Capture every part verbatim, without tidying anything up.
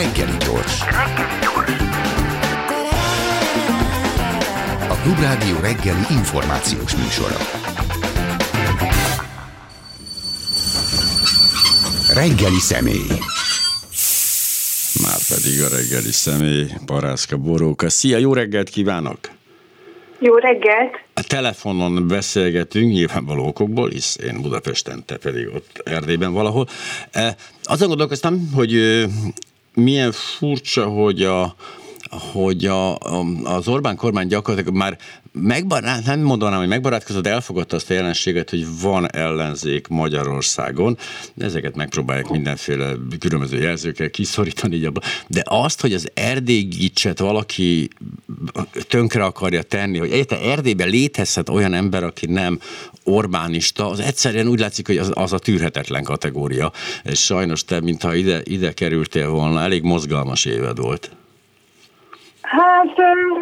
Reggeli gyors. A Klubrádió reggeli információs műsora. Reggeli személy. Márpedig a reggeli személy, Parászka Boróka. Szia, jó reggelt kívánok! Jó reggelt! A telefonon beszélgetünk, nyilvánvaló okokból, hisz én Budapesten, te pedig ott Erdélyben valahol. Azon gondolkoztam, hogy milyen furcsa, hogy a hogy a, az Orbán kormány gyakorlatilag már megbarát, nem mondanám, hogy megbarátkozott, elfogadta azt a jelenséget, hogy van ellenzék Magyarországon, ezeket megpróbálják mindenféle különböző jelzőkkel kiszorítani, de azt, hogy az erdélygicset valaki tönkre akarja tenni, hogy egyáltalán Erdélyben létezhet olyan ember, aki nem Orbánista, az egyszerűen úgy látszik, hogy az, az a tűrhetetlen kategória, és sajnos te, mintha ide, ide kerültél volna, elég mozgalmas éved volt. Hát,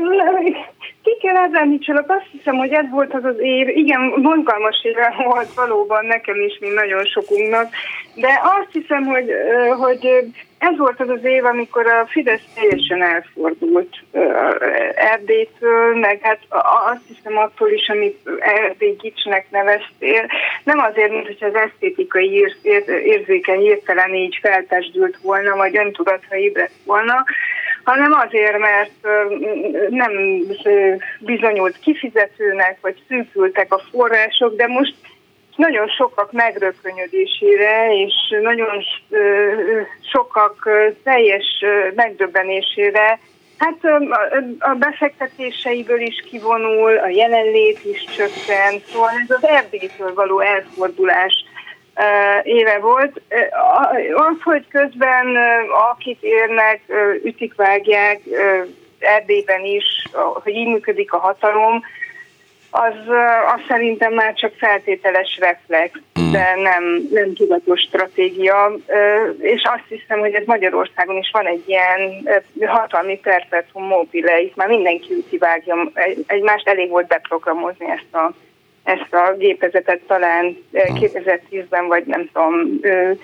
ki kell ezelni, csak azt hiszem, hogy ez volt az az év, igen, mozgalmas éve volt valóban nekem is, mint nagyon sokunknak, de azt hiszem, hogy, hogy ez volt az az év, amikor a Fidesz teljesen elfordult Erdélytől, meg hát azt hiszem attól is, amit Erdélygicsnek neveztél, nem azért, mint hogy az esztétikai ér- ér- érzéke hirtelen így feltesdült volna, vagy öntudatra ébredt volna, hanem azért, mert nem bizonyult kifizetőnek, vagy szűkültek a források, de most nagyon sokak megrökönyödésére, és nagyon sokak teljes megdöbbenésére, hát a befektetéseiből is kivonul, a jelenlét is csökkent, szóval ez az Erdélytől való elfordulás éve volt. Az, hogy közben akit érnek, ütik, vágják, Erdélyben is, hogy így működik a hatalom, az, az szerintem már csak feltételes reflex, de nem, nem tudatos stratégia, és azt hiszem, hogy ez Magyarországon is van egy ilyen hatalmi perpetuum mobile, itt már mindenki üti, vágja egymást, elég volt beprogramozni ezt a ezt a gépezetet talán kétezer-tízben, vagy nem tudom,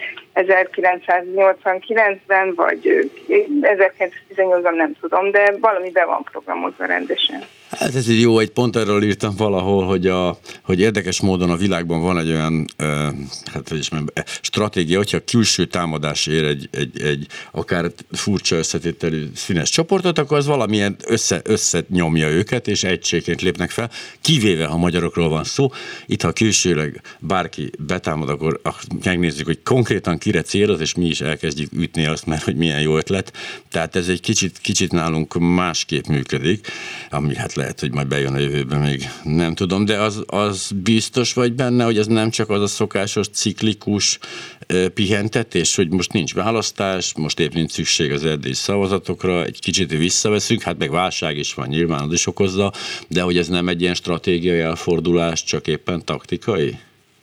ezerkilencszáznyolcvankilencben, vagy ezerkilencszáztizennyolcban, nem tudom, de valami be van programozva rendesen. Hát ez így jó, egy pont erről írtam valahol, hogy, a, hogy érdekes módon a világban van egy olyan hát, hogy is mondjam, stratégia, hogyha külső támadás ér egy, egy, egy akár furcsa összetételű színes csoportot, akkor az valamilyen össze, összenyomja őket, és egységként lépnek fel, kivéve, ha magyarokról van szó. Itt, ha külsőleg bárki betámad, akkor megnézzük, hogy konkrétan kire céloz, és mi is elkezdjük ütni azt, mert hogy milyen jó ötlet. Tehát ez egy kicsit, kicsit nálunk másképp működik, ami hát lehet, hogy majd bejön a jövőben, még nem tudom, de az, az biztos vagy benne, hogy ez nem csak az a szokásos ciklikus uh, pihentetés, hogy most nincs választás, most épp nincs szükség az erdélyi szavazatokra, egy kicsit visszaveszünk, hát meg válság is van, nyilván az is okozza, de hogy ez nem egy ilyen stratégiai elfordulás, csak éppen taktikai?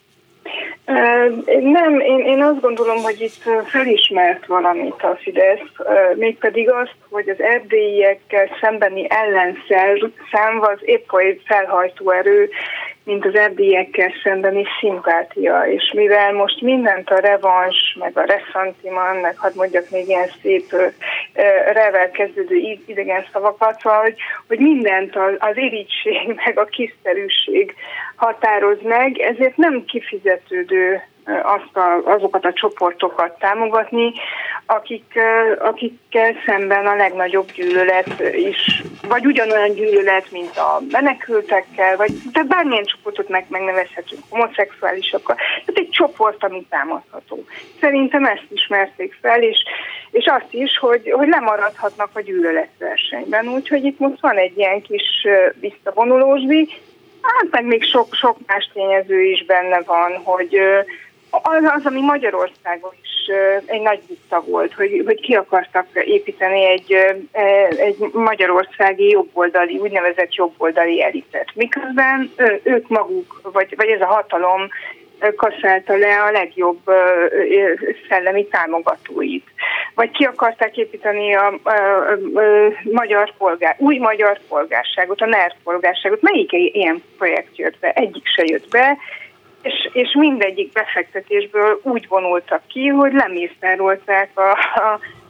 Nem, én, én azt gondolom, hogy itt felismert valamit a Fidesz, mégpedig azt, hogy az erdélyiekkel szembeni ellenszám az épp olyan felhajtó erő, mint az erdélyiekkel szembeni szimpátia. És mivel most mindent a revans, meg a ressentiman, meg hadd mondjak még ilyen szép revel kezdődő idegen szavakat, hogy, hogy mindent az irigység, meg a kiszerűség határoz meg, ezért nem kifizetődő azt a, azokat a csoportokat támogatni, akik, akikkel szemben a legnagyobb gyűlölet is, vagy ugyanolyan gyűlölet, mint a menekültekkel, vagy de bármilyen csoportot meg, megnevezhetünk, homoszexuálisokkal. Tehát egy csoport, ami támadható. Szerintem ezt ismerték fel, és, és azt is, hogy, hogy lemaradhatnak a gyűlöletversenyben. Úgyhogy itt most van egy ilyen kis visszavonulósdi, hát meg még sok, sok más tényező is benne van, hogy az, az, ami Magyarországon is egy nagy vita volt, hogy, hogy ki akartak építeni egy, egy magyarországi jobboldali, úgynevezett jobboldali elitet. Miközben ők maguk, vagy, vagy ez a hatalom kasszálta le a legjobb szellemi támogatóit. Vagy ki akarták építeni a, a, a, a magyar polgár, új magyar polgárságot, a NER polgárságot. Melyik ilyen projekt jött be? Egyik se jött be, és, és mindegyik befektetésből úgy vonultak ki, hogy lemészárolták a, a,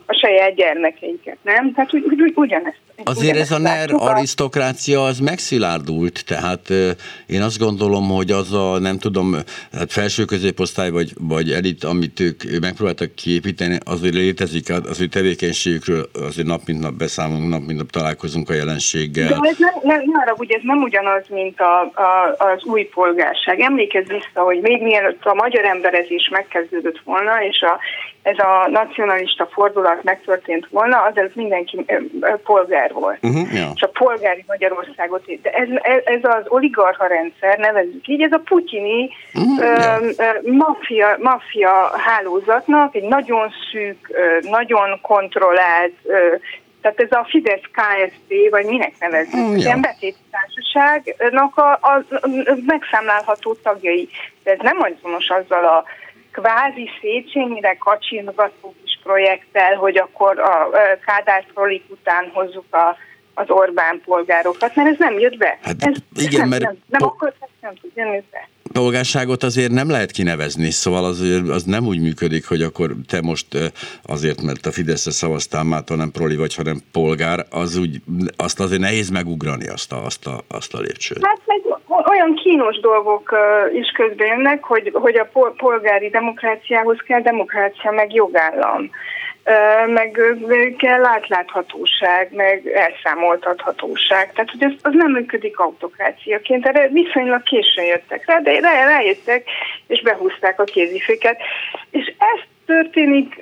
a saját gyermekeiket, nem? Tehát úgy, úgy, ugyanezt. Azért ez a NER arisztokrácia az megszilárdult, tehát én azt gondolom, hogy az a, nem tudom, hát felső középosztály vagy, vagy elit, amit ők megpróbáltak kiépíteni, azért létezik, az ő tevékenységükről azért nap mint nap beszámolunk, nap mint nap találkozunk a jelenséggel. De ez nem, nem, nem, ugye ez nem ugyanaz, mint a, a, az új polgárság. Emlékezz vissza, hogy még mielőtt a magyar emberezés megkezdődött volna, és a, ez a nacionalista fordulat megtörtént volna, az ez mindenki polgár volt. Uh-huh, ja. És a polgári Magyarországot, de ez, ez az oligarcha rendszer, nevezzük így, ez a putyini uh-huh, ö, ja. ö, maffia, maffia hálózatnak egy nagyon szűk, ö, nagyon kontrollált, ö, tehát ez a Fidesz-ká es zé, vagy minek nevezzük, uh, ja. ilyen betétársaságnak a, a, a, a megszámlálható tagjai. De ez nem azonos azzal a kvázi Széchenyire kacsingató kis projekttel, hogy akkor a Kádár-Frolik után hozzuk a, az Orbán polgárokat, mert ez nem jött be. Hát ez igen, nem, mert nem, nem, po- akkor nem tud jönni be. Polgárságot azért nem lehet kinevezni, szóval azért az nem úgy működik, hogy akkor te most azért, mert a Fideszre szavaztál, mától nem proli vagy, hanem polgár, az úgy, azt azért nehéz megugrani azt a, azt a, azt a lépcsőt. Hát meg olyan kínos dolgok is közben jönnek, hogy, hogy a polgári demokráciához kell demokrácia, meg jogállam. Meg kell átláthatóság, meg elszámoltathatóság. Tehát, hogy ez, az nem működik autokráciaként, erre viszonylag későn jöttek rá, de rájöttek, és behúzták a kéziféket. És ez történik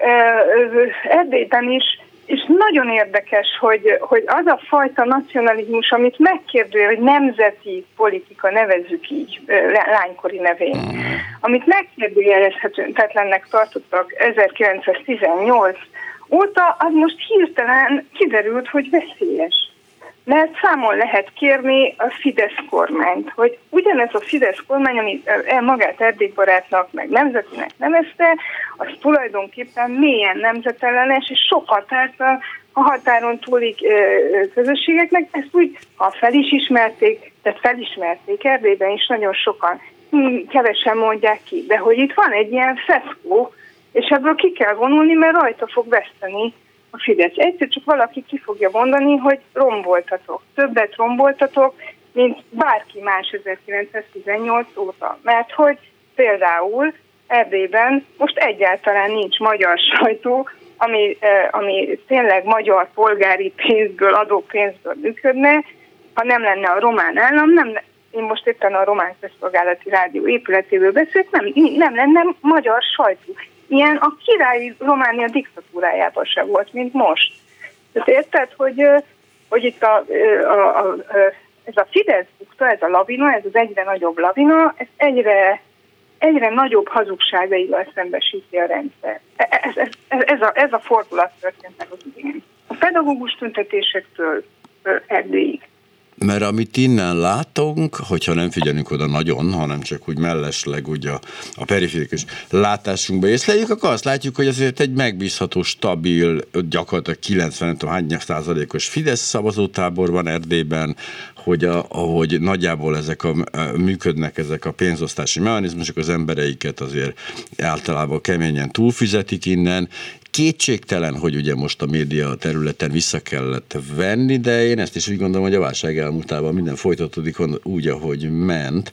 Erdélyben is, és nagyon érdekes, hogy, hogy az a fajta nacionalizmus, amit megkérdője, hogy nemzeti politika, nevezzük így, lánykori nevén, amit megkérdőjelezhetetlennek tartottak ezerkilencszáztizennyolc óta, az most hirtelen kiderült, hogy veszélyes. Mert számon lehet kérni a Fidesz kormányt, hogy ugyanez a Fidesz kormány, ami magát erdélybarátnak, meg nemzetinek nevezte, az tulajdonképpen mélyen nemzetellenes, és sokat árt a, a határon túli közösségeknek. Ezt úgy, ha fel is ismerték, tehát felismerték Erdélyben is nagyon sokan, kevesen mondják ki, de hogy itt van egy ilyen feszkó, és ebből ki kell vonulni, mert rajta fog veszteni a Fidesz. Egyszer csak valaki ki fogja mondani, hogy romboltatok. Többet romboltatok, mint bárki más ezerkilencszáztizennyolc óta. Mert hogy például Erdélyben most egyáltalán nincs magyar sajtó, ami, ami tényleg magyar polgári pénzből, adópénzből működne. Ha nem lenne a román állam, nem, én most éppen a Román Közszolgálati Rádió épületéből beszélek, nem, nem lenne magyar sajtó. Ilyen a királyi Románia diktatúrájában sem volt, mint most. Tehát érted, hogy, hogy itt a, a, a, ez a Fidesz bukta, ez a lavina, ez az egyre nagyobb lavina, ez egyre, egyre nagyobb hazugságaival szembesíti a rendszer. Ez, ez, ez, a, ez a fordulat történt meg az idén. A pedagógus tüntetésektől Erdélyig. Mert amit innen látunk, hogyha nem figyelünk oda nagyon, hanem csak úgy mellesleg úgy a, a periférikus látásunkba észleljük, akkor azt látjuk, hogy azért egy megbízható, stabil, gyakorlatilag kilencven százalékos Fidesz szavazótábor van Erdélyben, hogy a, ahogy nagyjából ezek a, működnek ezek a pénzosztási mechanizmusok, az embereiket azért általában keményen túlfizetik innen. Kétségtelen, hogy ugye most a média területen vissza kellett venni, de én ezt is úgy gondolom, hogy a válság elmúltában minden folytatódik úgy, ahogy ment.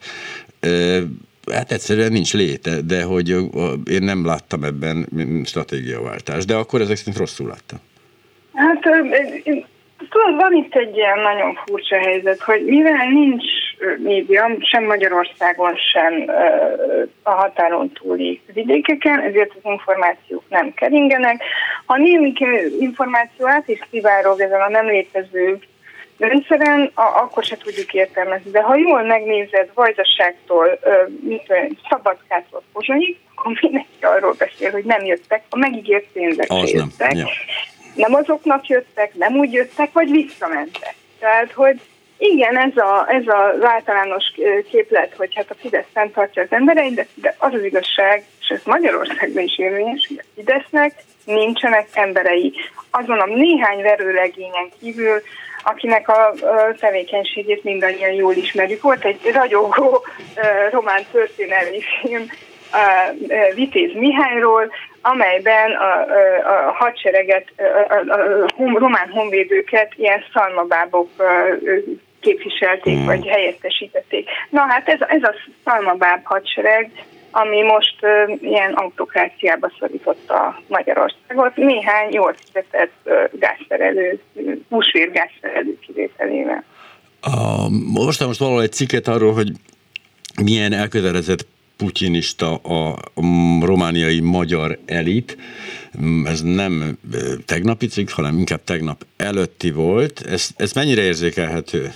Hát egyszerűen nincs léte, de hogy én nem láttam ebben stratégiaváltást, de akkor ezek szerint rosszul láttam. Hát tudod, van itt egy ilyen nagyon furcsa helyzet, hogy mivel nincs média, sem Magyarországon, sem a határon túli vidékeken, ezért az információk nem keringenek. Ha némi információ át is szivárog ezen a nem létező rendszeren, akkor se tudjuk értelmezni. De ha jól megnézed Vajdaságtól, Szabadkától Pozsonyig, akkor mindenki arról beszél, hogy nem jöttek, a megígért pénzek se jöttek. Nem. Ja. Nem azoknak jöttek, nem úgy jöttek, vagy visszamentek. Tehát, hogy igen, ez, a, ez az általános képlet, hogy hát a Fidesz fenntartja az embereit, de, de az az igazság, és ez Magyarországban is érvényes, hogy a Fidesznek nincsenek emberei. Azon a néhány verőlegényen kívül, akinek a tevékenységét mindannyian jól ismerjük. Volt egy ragyogó román történelmi film Vitéz Mihályról, amelyben a, a, a hadsereget, a, a, a román honvédőket ilyen szalmabábok képviselték, hmm. vagy helyettesítették. Na hát ez, ez a szalmabáb hadsereg, ami most uh, ilyen autokráciába szorította Magyarországot, néhány jól fizetett uh, gázszerelő, húsvér gázszerelő kivételével. A, most most valahol egy cikket arról, hogy milyen elkötelezett putyinista a romániai magyar elit. Ez nem tegnapi cikk, hanem inkább tegnap előtti volt. Ez, ez mennyire érzékelhető?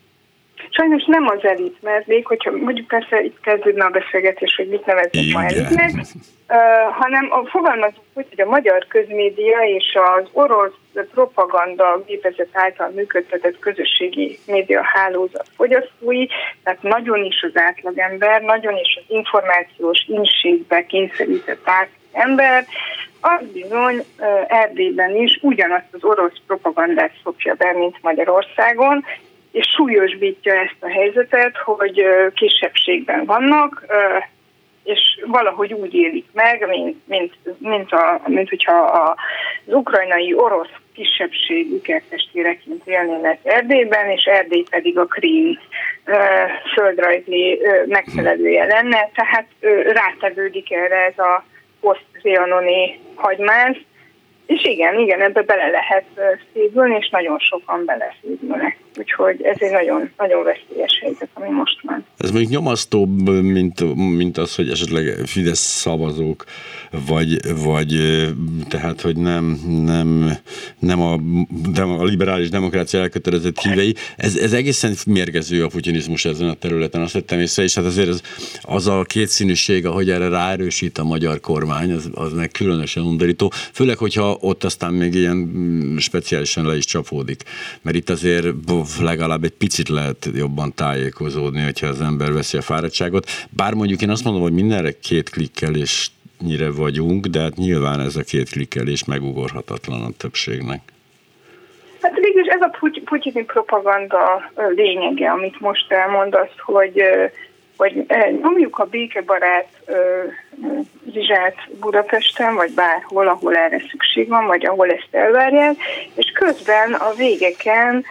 Sajnos nem az elit, mert még, hogyha mondjuk persze itt kezdődne a beszélgetés, hogy mit nevezünk ma elitnek, uh, hanem a fogalmazunk úgy, hogy a magyar közmédia és az orosz propaganda gépezet által működtetett közösségi média hálózat fogyasztói, tehát nagyon is az átlagember, nagyon is az információs inségbe kényszerített átlagember, az bizony uh, Erdélyben is ugyanazt az orosz propagandát szopja be, mint Magyarországon, és súlyosbítja ezt a helyzetet, hogy kisebbségben vannak, és valahogy úgy élik meg, mint, mint, mint, a, mint hogyha az ukrajnai orosz kisebbség ikertestvéreként élnének Erdélyben, és Erdély pedig a Krím földrajzi megfelelője lenne, tehát rátevődik erre ez a poszt-trianoni hagymáz, és igen, igen, ebbe bele lehet szívülni, és nagyon sokan beleszívülnek. Úgyhogy ez egy nagyon, nagyon veszélyes helyzet, ami most van. Ez mondjuk nyomasztóbb, mint, mint az, hogy esetleg Fidesz szavazók, vagy, vagy tehát, hogy nem, nem, nem a, nem a liberális demokrácia elkötelezett hívei. Ez, ez egészen mérgező a putinizmus ezen a területen, azt vettem észre, és hát azért az, az a kétszínűség, ahogy erre ráerősít a magyar kormány, az, az meg különösen undorító, főleg, hogyha ott aztán még ilyen speciálisan le is csapódik. Mert itt azért legalább egy picit lehet jobban tájékozódni, hogyha az ember veszi a fáradtságot. Bár mondjuk én azt mondom, hogy mindenre két klikkelésnyire vagyunk, de hát nyilván ez a két klikkelés megugorhatatlan a többségnek. Hát végülis ez a putyini propaganda lényege, amit most elmondasz, hogy, hogy nyomjuk a békebarát zsizsát Budapesten, vagy bárhol, ahol erre szükség van, vagy ahol ezt elvárják, és közben a végeken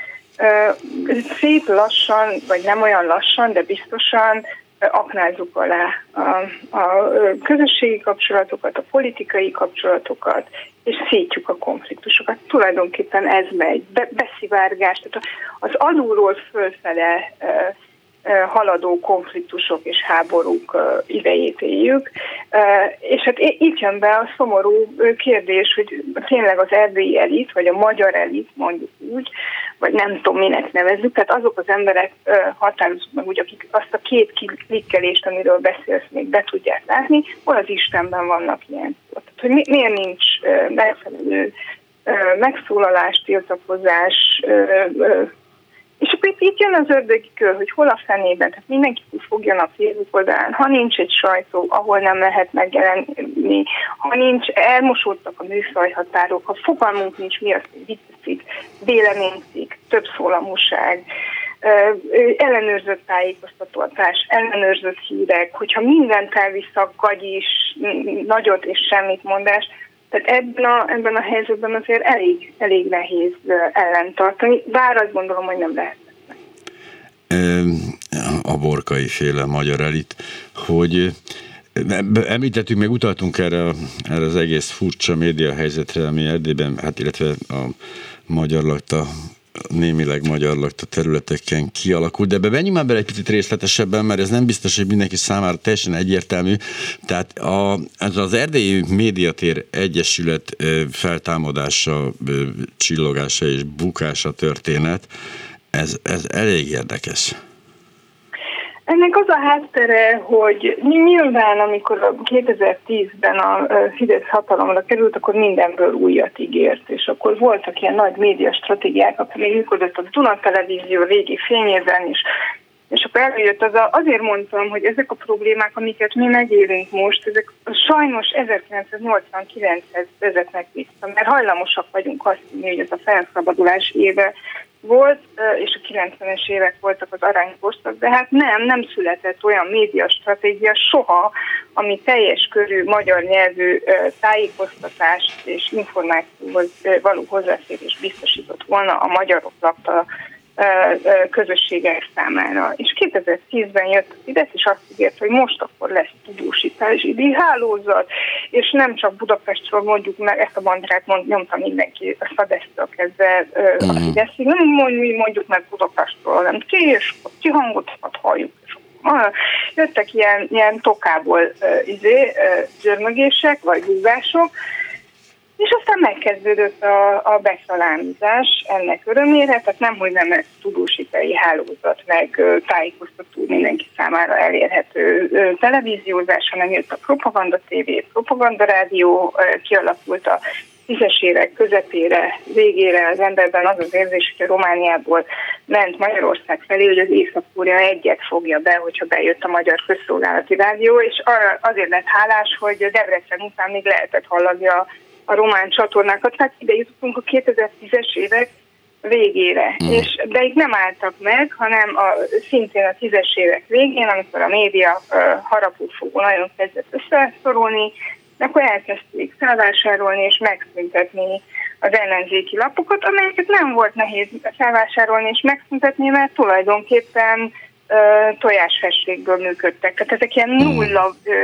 szép lassan, vagy nem olyan lassan, de biztosan aknázzuk alá a, a közösségi kapcsolatokat, a politikai kapcsolatokat, és szétjük a konfliktusokat. Tulajdonképpen ez megy, be, beszivárgás, tehát az alulról fölfele haladó konfliktusok és háborúk idejét éljük. És hát itt jön be a szomorú kérdés, hogy tényleg az erdélyi elit, vagy a magyar elit, mondjuk úgy, vagy nem tudom, minek nevezzük, tehát azok az emberek határozzuk meg úgy, akik azt a két klikkelést, amiről beszélsz, még be tudják látni, hol az Istenben vannak ilyen. Tehát, hogy mi, miért nincs megfelelő megszólalás, tiltakozás, és akkor itt jön az ördögi kör, hogy hol a fenében, tehát mindenki fogjon a Facebook oldalán, ha nincs egy sajtó, ahol nem lehet megjelenni, ha nincs, elmosódtak a műfajhatárok, ha fogalmunk nincs, mi az, hogy vicciszik, véleményszik, többszólamúság, ellenőrzött tájékoztatás, ellenőrzött hírek, hogyha mindent elvisz a gagyis, nagyot és semmit mondás, tehát ebben a, ebben a helyzetben azért elég, elég nehéz ellentartani, bár azt gondolom, hogy nem lehet. A Borkai féle magyar elit, hogy említettük, meg utaltunk erre, erre az egész furcsa média helyzetre, ami Erdélyben, hát illetve a magyar lakta, némileg magyar lakta területeken kialakult, de ebbe menjünk már bele egy picit részletesebben, mert ez nem biztos, hogy mindenki számára teljesen egyértelmű. Tehát a, ez az Erdélyi Médiatér Egyesület feltámadása, csillogása és bukása történet, ez, ez elég érdekes. Ennek az a háttere, hogy nyilván, amikor a kétezer-tízben a Fidesz hatalomra került, akkor mindenből újat ígért, és akkor voltak ilyen nagy média stratégiák, akkor működött a Duna Televízió régi fényében is, és akkor előjött az a, azért mondtam, hogy ezek a problémák, amiket mi megélünk most, ezek sajnos ezerkilencszáznyolcvankilenchez vezetnek vissza, mert hajlamosak vagyunk azt hinni, hogy ez a felszabadulás éve, volt, és a kilencvenes évek voltak az aranykorszak, de hát nem, nem született olyan médiastratégia soha, ami teljes körű magyar nyelvű tájékoztatást és információhoz való hozzáférést biztosított volna a magyarok lakta közösségek számára. És kétezer-tízben jött a Fidesz, és azt ígért, hogy most akkor lesz tudósítási díjhálózat, és nem csak Budapestről mondjuk meg, ezt a bandrát mond, nyomta mindenki a Szadesztől kezdve uh, a Fideszig, nem mondjuk, mondjuk meg Budapestről, nem ki, és a kihangotokat halljuk. És uh, jöttek ilyen, ilyen tokából uh, izé, uh, zsörmögések, vagy húzások, és aztán megkezdődött a, a beszalámizás ennek örömére, tehát nem, hogy nem ez tudósítói hálózat, meg tájékoztató mindenki számára elérhető televíziózás, hanem jött a propaganda tévé, propaganda rádió, kialakult a tízes évek közepére, végére az emberben az az érzés, hogy a Romániából ment Magyarország felé, hogy az Észak-Korea egyet fogja be, hogyha bejött a Magyar Közszolgálati Rádió, és azért lett hálás, hogy Debrecen után még lehetett hallani a a román csatornákat, tehát ide jutottunk a kétezer-tízes évek végére. Mm. És, de itt nem álltak meg, hanem a, szintén a tízes évek végén, amikor a média uh, harapófogó nagyon kezdett összeszorulni, akkor elkezdték felvásárolni és megszüntetni az ellenzéki lapokat, amelyeket nem volt nehéz felvásárolni és megszüntetni, mert tulajdonképpen uh, tojásfestékből működtek. Tehát ezek ilyen nulla, uh,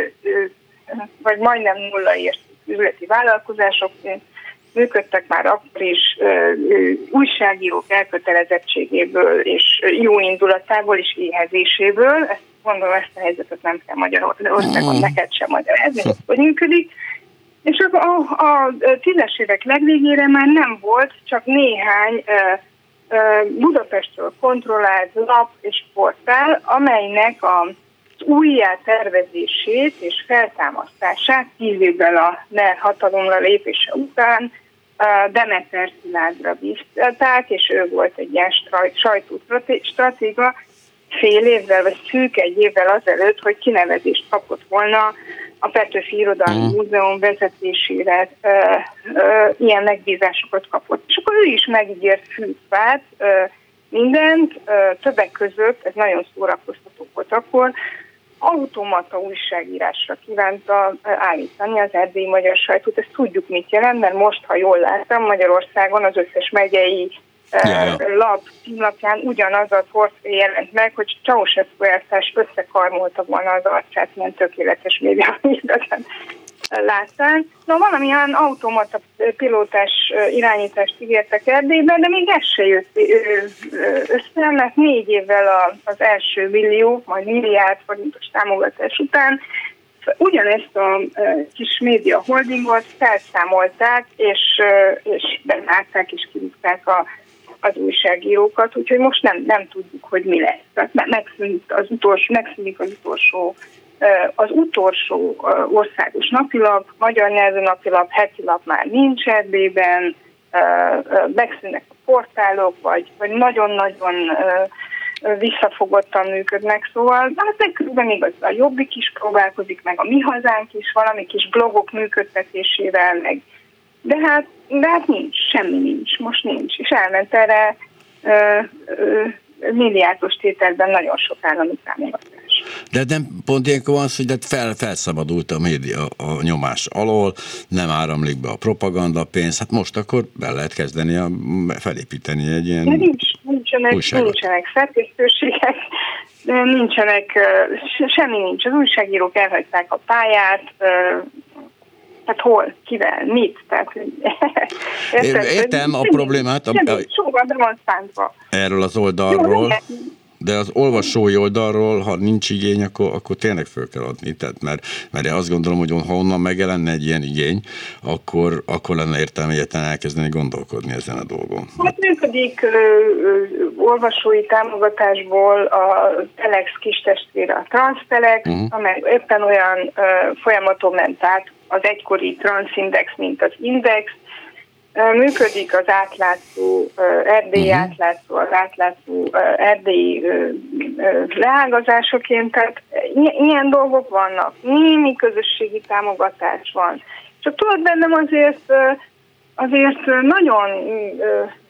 uh, vagy majdnem nulla ért üzleti vállalkozásokként működtek már akkor is ö, ö, újságírók elkötelezettségéből és jó indulatából és éhezéséből. Ezt gondolom, ezt a helyzetet nem kell Magyarországon mm. neked sem magyarázni, hogy működik. És a, a, a tízes évek legvégére már nem volt, csak néhány ö, ö, Budapestről kontrollált lap és portál, amelynek a újjá tervezését és feltámasztását tíz évvel a NER hatalomra lépése után Demeter Szilárdra bízták, és ő volt egy ilyen sajtóstratéga fél évvel, vagy szűk egy évvel azelőtt, hogy kinevezést kapott volna a Petőfi Irodalmi Múzeum vezetésére, ö, ö, ilyen megbízásokat kapott. És akkor ő is megígért fűfát, mindent, ö, többek között, ez nagyon szórakoztató volt akkor, automata újságírásra kívánta állítani az erdélyi magyar sajtót. Ezt tudjuk, mit jelent, mert most, ha jól láttam, Magyarországon az összes megyei ja, ja. lap címlapján ugyanaz a portré jelent meg, hogy Ceausescu elvtárs összekarmolta volna az arcát, ilyen tökéletes média, igazán láttál. Na, valamilyen automata pilótás irányítást ígértek Erdélyben, de még ez se jött össze, mert négy évvel az első millió, majd milliárd forintos támogatás után ugyanezt a kis média holdingot felszámolták, és, és bezárták, és kirúgták a az újságírókat, úgyhogy most nem, nem tudjuk, hogy mi lesz. Tehát megszűnik az utolsó, megszűnik az utolsó az utolsó országos napilap, magyar nyelvű napilap, heti lap már nincs Erdélyben, megszűnnek a portálok, vagy, vagy nagyon-nagyon visszafogottan működnek, szóval hát megkülönben igaz, a Jobbik is próbálkozik, meg a Mi Hazánk is valami kis blogok működtetésével, meg de hát, de hát nincs, semmi nincs, most nincs, és elment erre ö, ö, milliárdos tételben nagyon sok állami támogatás. De nem pont ilyenkor van az, hogy fel, felszabadult a média a nyomás alól, nem áramlik be a propaganda pénz, hát most akkor be lehet kezdeni a, felépíteni egy ilyen de nincs, nincsenek, nincsenek szerkesztőségek, nincsenek, semmi nincs, az újságírók elhagyták a pályát, hát hol, kivel, mit? Tehát, érted, értem a problémát. A, a, sokkal be van szántva. Erről az oldalról, de az olvasói oldalról, ha nincs igény, akkor, akkor tényleg föl kell adni. Tehát, mert, mert én azt gondolom, hogy ha onnan megjelenne egy ilyen igény, akkor, akkor lenne értelme egyetlen elkezdeni gondolkodni ezen a dolgon. Hát működik ö, ö, olvasói támogatásból a Telex kistestvére, a Transtelex, uh-huh. amely éppen olyan ö, folyamaton ment át az egykori Transindex, mint az Index. Működik az átlátszó, erdélyi uh-huh. átlátszó, az átlátszó erdélyi leágazásoként, tehát ilyen dolgok vannak, némi közösségi támogatás van. Csak tudod, bennem azért, azért nagyon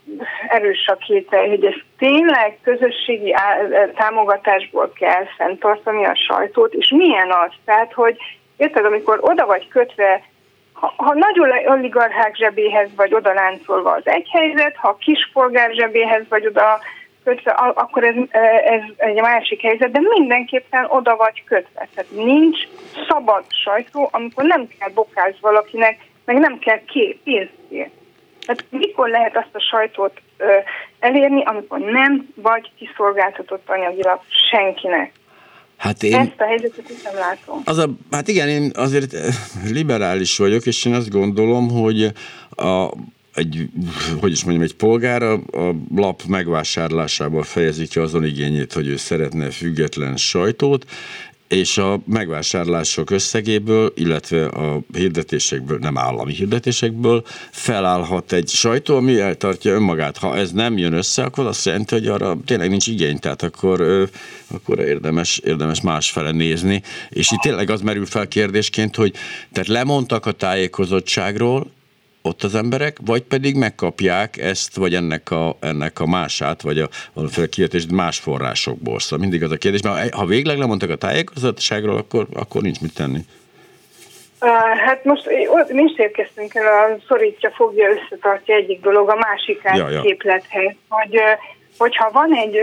erős a kételj, hogy ez tényleg közösségi támogatásból kell fenntartani a sajtót, és milyen az? Tehát, hogy érted, amikor oda vagy kötve, ha, ha nagy oligarchák zsebéhez vagy oda láncolva az egy helyzet, ha a kispolgár zsebéhez vagy oda kötve, akkor ez, ez egy másik helyzet, de mindenképpen oda vagy kötve. Tehát nincs szabad sajtó, amikor nem kell bokáz valakinek, meg nem kell ké, pénzt kérni. Tehát mikor lehet azt a sajtót ö, elérni, amikor nem vagy kiszolgáltatott anyagilag senkinek? Hát én, ezt a helyzetet is nem látom. Az a, hát igen, én azért liberális vagyok, és én azt gondolom, hogy a, egy, hogy is mondjam, egy polgár a, a lap megvásárlásával fejezi ki azon igényét, hogy ő szeretne független sajtót, és a megvásárlások összegéből, illetve a hirdetésekből, nem állami hirdetésekből felállhat egy sajtó, ami eltartja önmagát. Ha ez nem jön össze, akkor azt jelenti, hogy arra tényleg nincs igény, tehát akkor, akkor érdemes, érdemes másfele nézni. És itt tényleg az merül fel kérdésként, hogy tehát lemondtak a tájékozottságról ott az emberek, vagy pedig megkapják ezt, vagy ennek a, ennek a mását, vagy a valamiféle kijöttést más forrásokból. Szóval mindig az a kérdés, mert ha végleg lemondtak a tájékozottságról, akkor, akkor nincs mit tenni. Uh, hát most mi is érkeztünk el, a szorítja, fogja, összetartja egyik dolog a másikát ja, ja. képlethez, hogy, hogyha van egy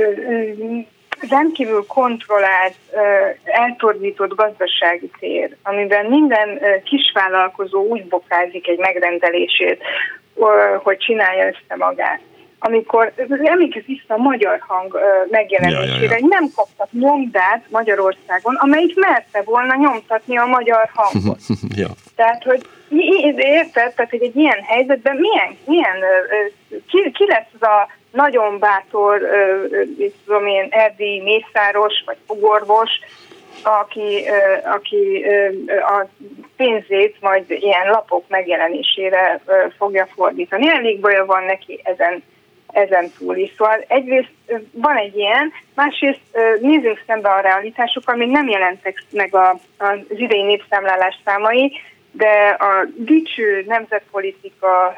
rendkívül kontrollált, eltorzított gazdasági tér, amiben minden kisvállalkozó úgy bokázik egy megrendelését, hogy csinálja össze magát. Amikor emlékezz vissza a Magyar Hang megjelenésére, ja, ja, ja. nem kaptak nyomdát Magyarországon, amelyik merte volna nyomtatni a Magyar Hangot. ja. Tehát, hogy érted, tehát, hogy egy ilyen helyzetben milyen, milyen ki, ki lesz az a nagyon bátor, tudom én, erdélyi mészáros vagy fogorvos, aki, aki a pénzét majd ilyen lapok megjelenésére fogja fordítani. Elég baja van neki ezen, ezen túl is. Szóval egyrészt van egy ilyen, másrészt nézzünk szembe a realitásokkal, még nem jelentek meg a, az idei népszámlálás számai, de a dicső nemzetpolitika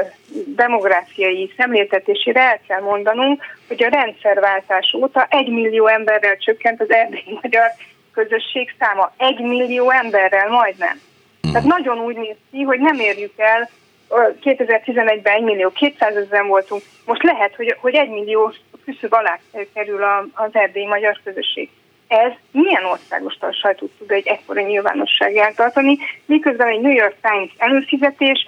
demográfiai szemléltetésére el kell mondanunk, hogy a rendszerváltás óta egy millió emberrel csökkent az erdélyi magyar közösség száma. Egy millió emberrel majdnem. Tehát nagyon úgy néz ki, hogy nem érjük el, kétezer-tizenegyben egy millió kétszázezer voltunk, most lehet, hogy, hogy egy millió küszöb alá kerül az erdélyi magyar közösség. Ez milyen országos sajtót tud egy ekkora nyilvánosság eltartani, miközben egy New York Times előfizetés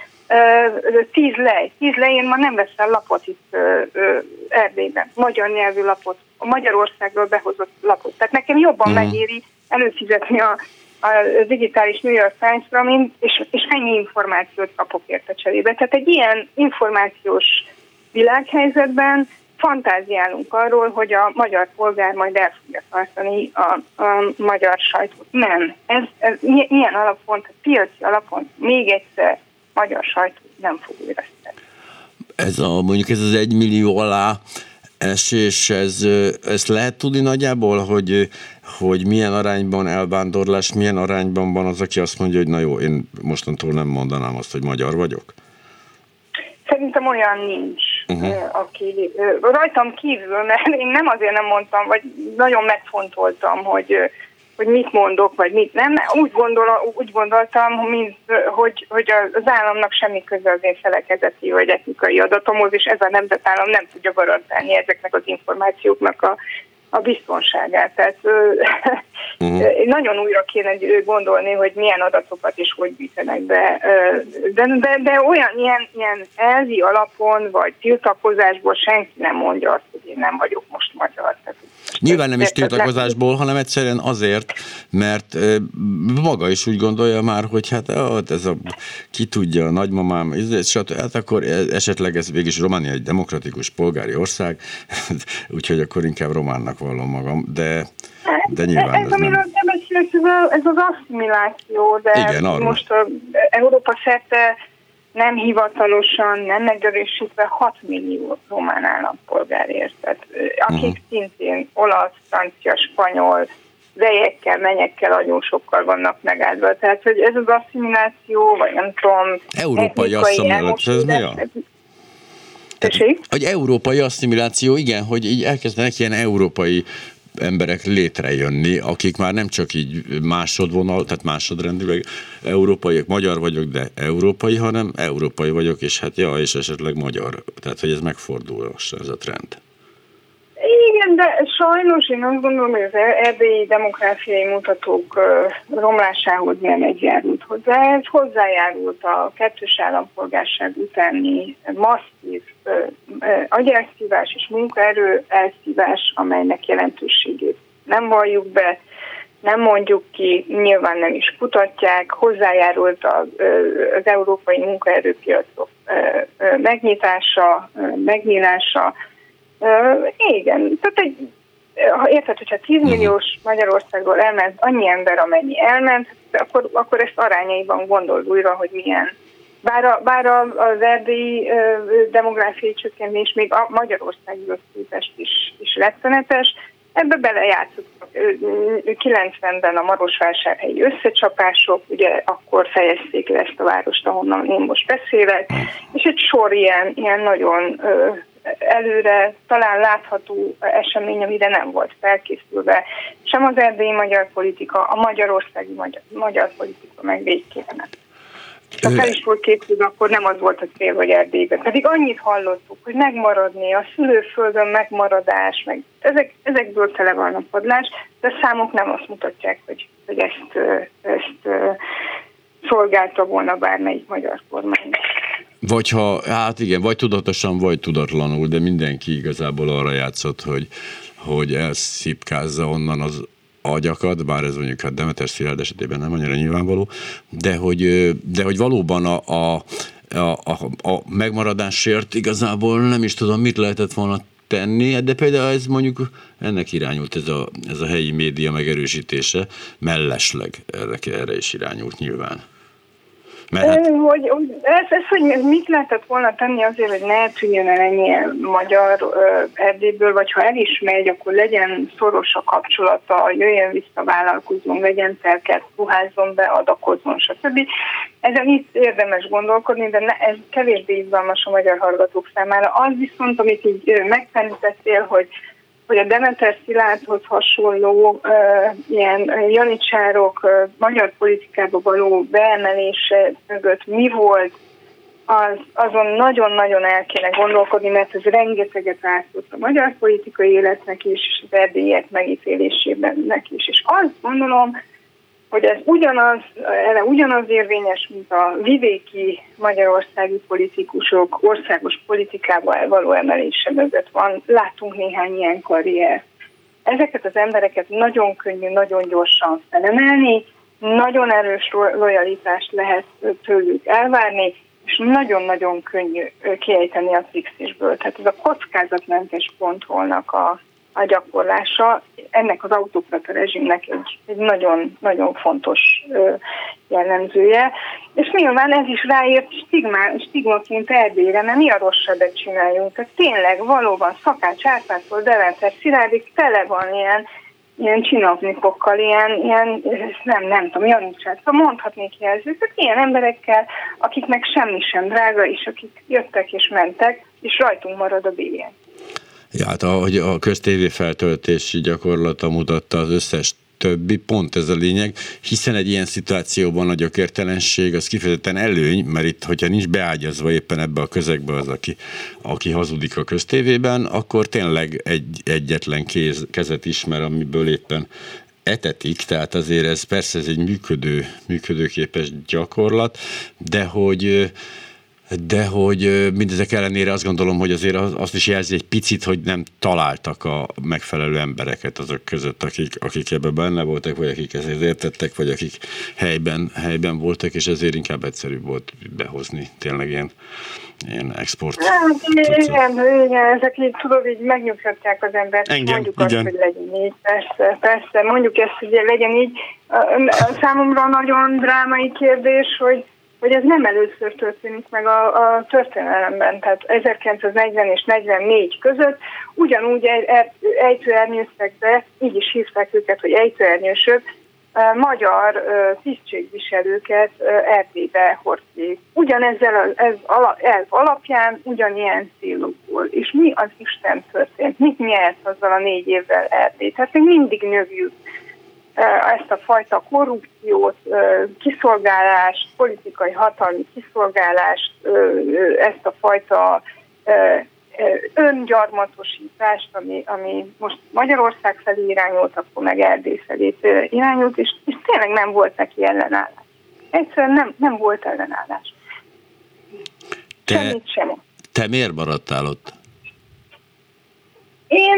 tíz lej. Tíz lején ma nem veszel lapot itt Erdélyben, magyar nyelvű lapot, a Magyarországról behozott lapot. Tehát nekem jobban mm. megéri előfizetni a, a digitális New York Times-ra, mint, és, és ennyi információt kapok érte cserébe. Tehát egy ilyen információs világhelyzetben fantáziálunk arról, hogy a magyar polgár majd el fogja tartani a, a magyar sajtót. Nem. Ez, ez ilyen alapon, piaci alapon még egyszer magyar sajtó nem fog újrasztani. Ez a, mondjuk ez az egy millió alá esés, ez, ezt lehet tudni nagyjából, hogy, hogy milyen arányban elvándorlás, milyen arányban van az, aki azt mondja, hogy na jó, én mostantól nem mondanám azt, hogy magyar vagyok? Szerintem olyan nincs, uh-huh. aki rajtam kívül, mert én nem azért nem mondtam, vagy nagyon megfontoltam, hogy, hogy mit mondok, vagy mit nem. Úgy, gondol, úgy gondoltam, mint, hogy, hogy az államnak semmi köze az én felekezeti vagy etnikai adatomhoz, és ez a nemzetállam nem tudja garantálni ezeknek az információknak a, a biztonságát. Tehát uh-huh. nagyon újra kéne gondolni, hogy milyen adatokat és hogy gyűjtenek be. De, de, de olyan ilyen, ilyen elvi alapon, vagy tiltakozásból senki nem mondja azt, hogy én nem vagyok most magyar. Tehát, nyilván nem is tiltakozásból, hanem egyszerűen azért, mert maga is úgy gondolja már, hogy hát ez a, ki tudja, a nagymamám, és hát akkor esetleg ez végig is Románia egy demokratikus polgári ország, úgyhogy akkor inkább románnak vallom magam, de, de nyilván ez, ez nem. Ez az asszimiláció, de igen, most a Európa szerte nem hivatalosan, nem megerősítve hat millió román állampolgár érted, akik uh-huh. szintén olasz, francia, spanyol, vejekkel, menyekkel, anyósokkal vannak megáldva. Tehát, hogy ez az asszimiláció, vagy nem tudom... Európai asszimiláció, ez mi a? Tehát, hogy európai asszimiláció, igen, hogy így elkezdenek ilyen európai emberek létrejönni, akik már nem csak így másodvonal, tehát másodrendűleg európaiak, magyar vagyok, de európai, hanem európai vagyok, és hát ja, és esetleg magyar. Tehát, hogy ez megfordul, ez a trend. Igen, de sajnos én azt gondolom, hogy az erdélyi demográfiai mutatók romlásához nem egy járult hozzá. Ez hozzájárult a kettős állampolgárság utáni masszív agyelszívás és munkaerő elszívás, amelynek jelentőségét nem valljuk be, nem mondjuk ki, nyilván nem is kutatják, hozzájárult az, az európai munkaerőpiacok megnyitása, megnyílása. Igen, tehát egy, ha érted, hogyha tíz milliós Magyarországról elment annyi ember, amennyi elment, akkor, akkor ezt arányaiban gondold újra, hogy milyen. Bár, a, bár az erdélyi demográfiai csökkenés még a Magyarországhoz képest is, is rettenetes, ebbe belejátszottak kilencvenben a marosvásárhelyi összecsapások, ugye akkor fejezték le ezt a várost, ahonnan én most beszélek, és egy sor ilyen, ilyen nagyon előre talán látható esemény, amire nem volt felkészülve sem az erdélyi magyar politika, a magyarországi magyar, magyar politika meg végképp nem. Ha fel is volt készülve, akkor nem az volt a cél, hogy Erdélyben. Pedig annyit hallottuk, hogy megmaradni, a szülőföldön megmaradás, meg ezek, ezekből tele van a padlás, de a számok nem azt mutatják, hogy, hogy ezt, ezt szolgálta volna bármelyik magyar kormány. Vagy ha, hát igen, vagy tudatosan, vagy tudatlanul, de mindenki igazából arra játszott, hogy, hogy elszipkázza onnan az agyakat, bár ez mondjuk hát Demeter Szilárd esetében nem annyira nyilvánvaló, de hogy, de hogy valóban a, a, a, a megmaradásért igazából nem is tudom, mit lehetett volna tenni, de például ez mondjuk ennek irányult ez a, ez a helyi média megerősítése, mellesleg erre, erre is irányult nyilván. Hát... Hogy, ez, ez, hogy mit lehetett volna tenni azért, hogy ne tűnjön el ennyi magyar uh, Erdélyből, vagy ha el is megy, akkor legyen szoros a kapcsolata, jöjjön vissza, vállalkozzon, vegyen telket, ruházzon be, adakozzon, stb. Ezen itt érdemes gondolkodni, de ne, ez kevésbé izgalmas a magyar hallgatók számára. Az viszont, amit így megtanítettél, hogy hogy a Demeter Szilárdhoz hasonló uh, ilyen janicsárok uh, magyar politikába való beemelése mögött mi volt, az, azon nagyon-nagyon el kéne gondolkodni, mert ez rengeteget ártott a magyar politikai életnek is, és az erdélyiek megítélésében is. És azt gondolom, hogy ez ugyanaz, erre ugyanaz érvényes, mint a vidéki magyarországi politikusok országos politikába való emelése mögött van. Látunk néhány ilyen karriert. Ezeket az embereket nagyon könnyű, nagyon gyorsan felemelni, nagyon erős lojalitást lehet tőlük elvárni, és nagyon-nagyon könnyű kiejteni a trixisből. Tehát ez a kockázatmentes pontholnak a a gyakorlása, ennek az autokrata rezsimnek egy, egy nagyon, nagyon fontos ö, jellemzője. És nyilván ez is ráért stigma, stigmaként Erdélyre, mert mi a rosszabbet csináljunk. Tehát tényleg valóban Szakács Árpádtól Demeter Szilárdig tele van ilyen, ilyen csinovnikokkal, ilyen, ilyen nem, nem tudom, janicsát, mondhatnék jelzőket, ilyen emberekkel, akiknek semmi sem drága, és akik jöttek és mentek, és rajtunk marad a bélyen. Ja, hát ahogy a köztévé feltöltési gyakorlata mutatta az összes többi, pont ez a lényeg, hiszen egy ilyen szituációban a gyökértelenség az kifejezetten előny, mert itt, hogyha nincs beágyazva éppen ebbe a közegbe az, aki, aki hazudik a köztévében, akkor tényleg egy, egyetlen kéz, kezet ismer, amiből éppen etetik, tehát azért ez persze ez egy működő, működőképes gyakorlat, de hogy de hogy mindezek ellenére azt gondolom, hogy azért azt is jelzi egy picit, hogy nem találtak a megfelelő embereket azok között, akik, akik ebben benne voltak, vagy akik ezért értettek, vagy akik helyben, helyben voltak, és ezért inkább egyszerűbb volt behozni tényleg ilyen, ilyen export. Hát, igen, igen, ezek így tudod, így megnyugtatják az embert, engem, mondjuk igen. azt, hogy legyen így, persze, persze, mondjuk ezt, hogy legyen így. Számomra nagyon drámai kérdés, hogy hogy ez nem először történik meg a, a történelemben, tehát ezerkilencszáznegyven és negyvennégy között ugyanúgy ejtőernyőszekbe, így is hívták őket, hogy ejtőernyősök, magyar tisztségviselőket Erdélybe hordték. Ugyanezzel az elv alapján, ugyanilyen célokból. És mi az Isten történt? Mit nyert azzal a négy évvel Erdély? Tehát még mindig növjük ezt a fajta korrupciót, kiszolgálást, politikai hatalmi kiszolgálást, ezt a fajta öngyarmatosítást, ami, ami most Magyarország felé irányult, akkor meg Erdély felé irányult, és, és tényleg nem volt neki ellenállás. Egyszerűen nem, nem volt ellenállás. Te, Semmit sem. Te miért maradtál ott? Én...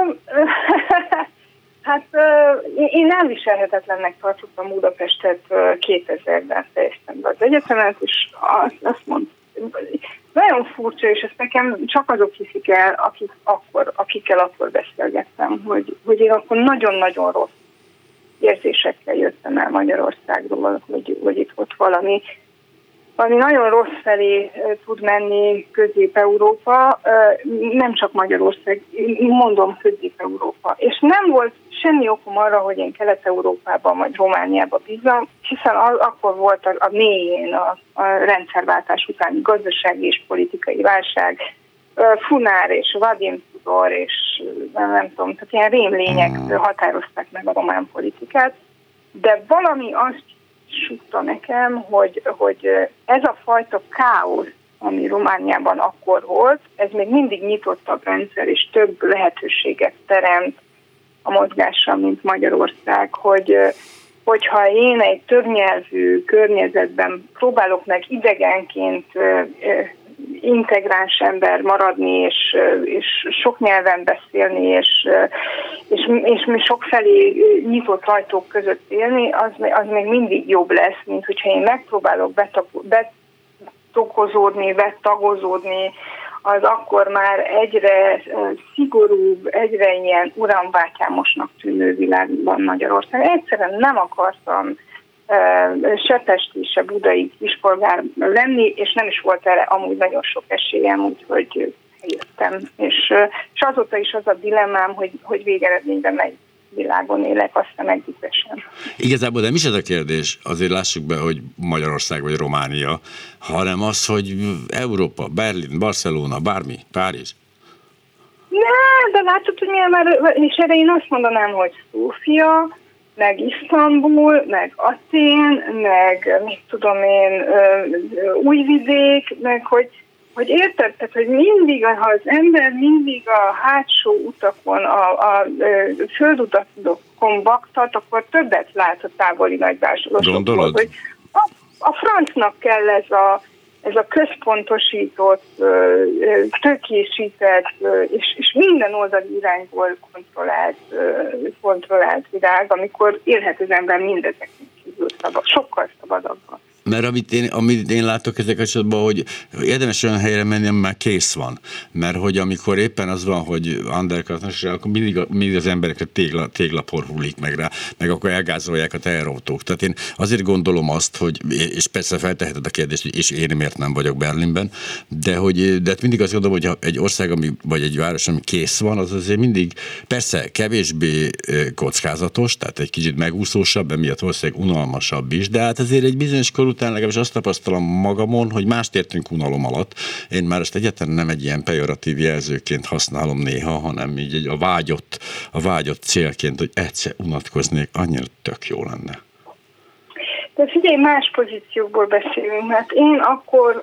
Hát én elviselhetetlennek tartottam Budapestet kétezerben fejeztem be az egyetemet, és azt, azt mondtam, nagyon furcsa, és ezt nekem csak azok hiszik el, akik akkor, akikkel akkor beszélgettem, hogy, hogy én akkor nagyon-nagyon rossz érzésekkel jöttem el Magyarországról, hogy, hogy itt ott valami, ami nagyon rossz felé tud menni Közép-Európa, nem csak Magyarország, mondom Közép-Európa. És nem volt semmi okom arra, hogy én Kelet-Európában vagy Romániában bízzam, hiszen akkor volt a, a mélyén a, a rendszerváltás utáni gazdasági és politikai válság, Funár és Vadim Tudor és nem, nem tudom, tehát ilyen rémlények határozták meg a román politikát, de valami azt súgta nekem, hogy, hogy ez a fajta káosz, ami Romániában akkor volt, ez még mindig nyitottabb rendszer, és több lehetőséget teremt a mozgásra, mint Magyarország, hogy hogyha én egy többnyelvű környezetben próbálok meg idegenként integráns ember maradni, és, és sok nyelven beszélni, és, és, és mi sokfelé nyitott ajtók között élni, az, az még mindig jobb lesz, mint hogyha én megpróbálok betakozódni, betagozódni, az akkor már egyre szigorúbb, egyre ilyen urambátyámosnak tűnő világban Magyarország. Egyszerűen nem akartam se pesti, se budai kispolgár lenni, és nem is volt erre amúgy nagyon sok esélyem, úgyhogy jöttem. És, és azóta is az a dilemmám, hogy, hogy végeredményben mely világon élek, aztán együttesen. Igazából nem is ez a kérdés, azért lássuk be, hogy Magyarország vagy Románia, hanem az, hogy Európa, Berlin, Barcelona, bármi, Párizs. Ne, de látod, hogy milyen már, és erre én azt mondanám, hogy Szófia, meg Isztambul, meg Athén, meg mit tudom én, Újvidék, meg hogy, hogy érted, tehát, hogy mindig, ha az ember mindig a hátsó utakon, a, a, a földutakon baktat, akkor többet lát a távoli nagyvárosokból. Hogy a, a francnak kell ez a, ez a központosított, tökésített, és, és minden oldali irányból kontrollált, kontrollált világ, amikor élhet az ember mindezeknek kívül szabad, sokkal szabadabban. Mert amit én, amit én látok ezek esetben, hogy érdemes olyan helyre menni, ami már kész van. Mert hogy amikor éppen az van, hogy undercut, akkor mindig, mindig az emberek a tégla, téglapor hullik meg rá, meg akkor elgázolják a teherautók. Tehát én azért gondolom azt, hogy, és persze felteheted a kérdést, hogy és én miért nem vagyok Berlinben, de hogy de mindig azt gondolom, hogy egy ország, ami, vagy egy város, ami kész van, az azért mindig, persze kevésbé kockázatos, tehát egy kicsit megúszósabb, emiatt valószínűleg unalmasabb is, de hát azért egy bizonyos kor után legalábbis azt tapasztalom magamon, hogy mást értünk unalom alatt. Én már ezt egyáltalán nem egy ilyen pejoratív jelzőként használom néha, hanem így egy a vágyott, a vágyott célként, hogy egyszer unatkoznék, annyira tök jó lenne. De figyelj, más pozíciókból beszélünk, mert én akkor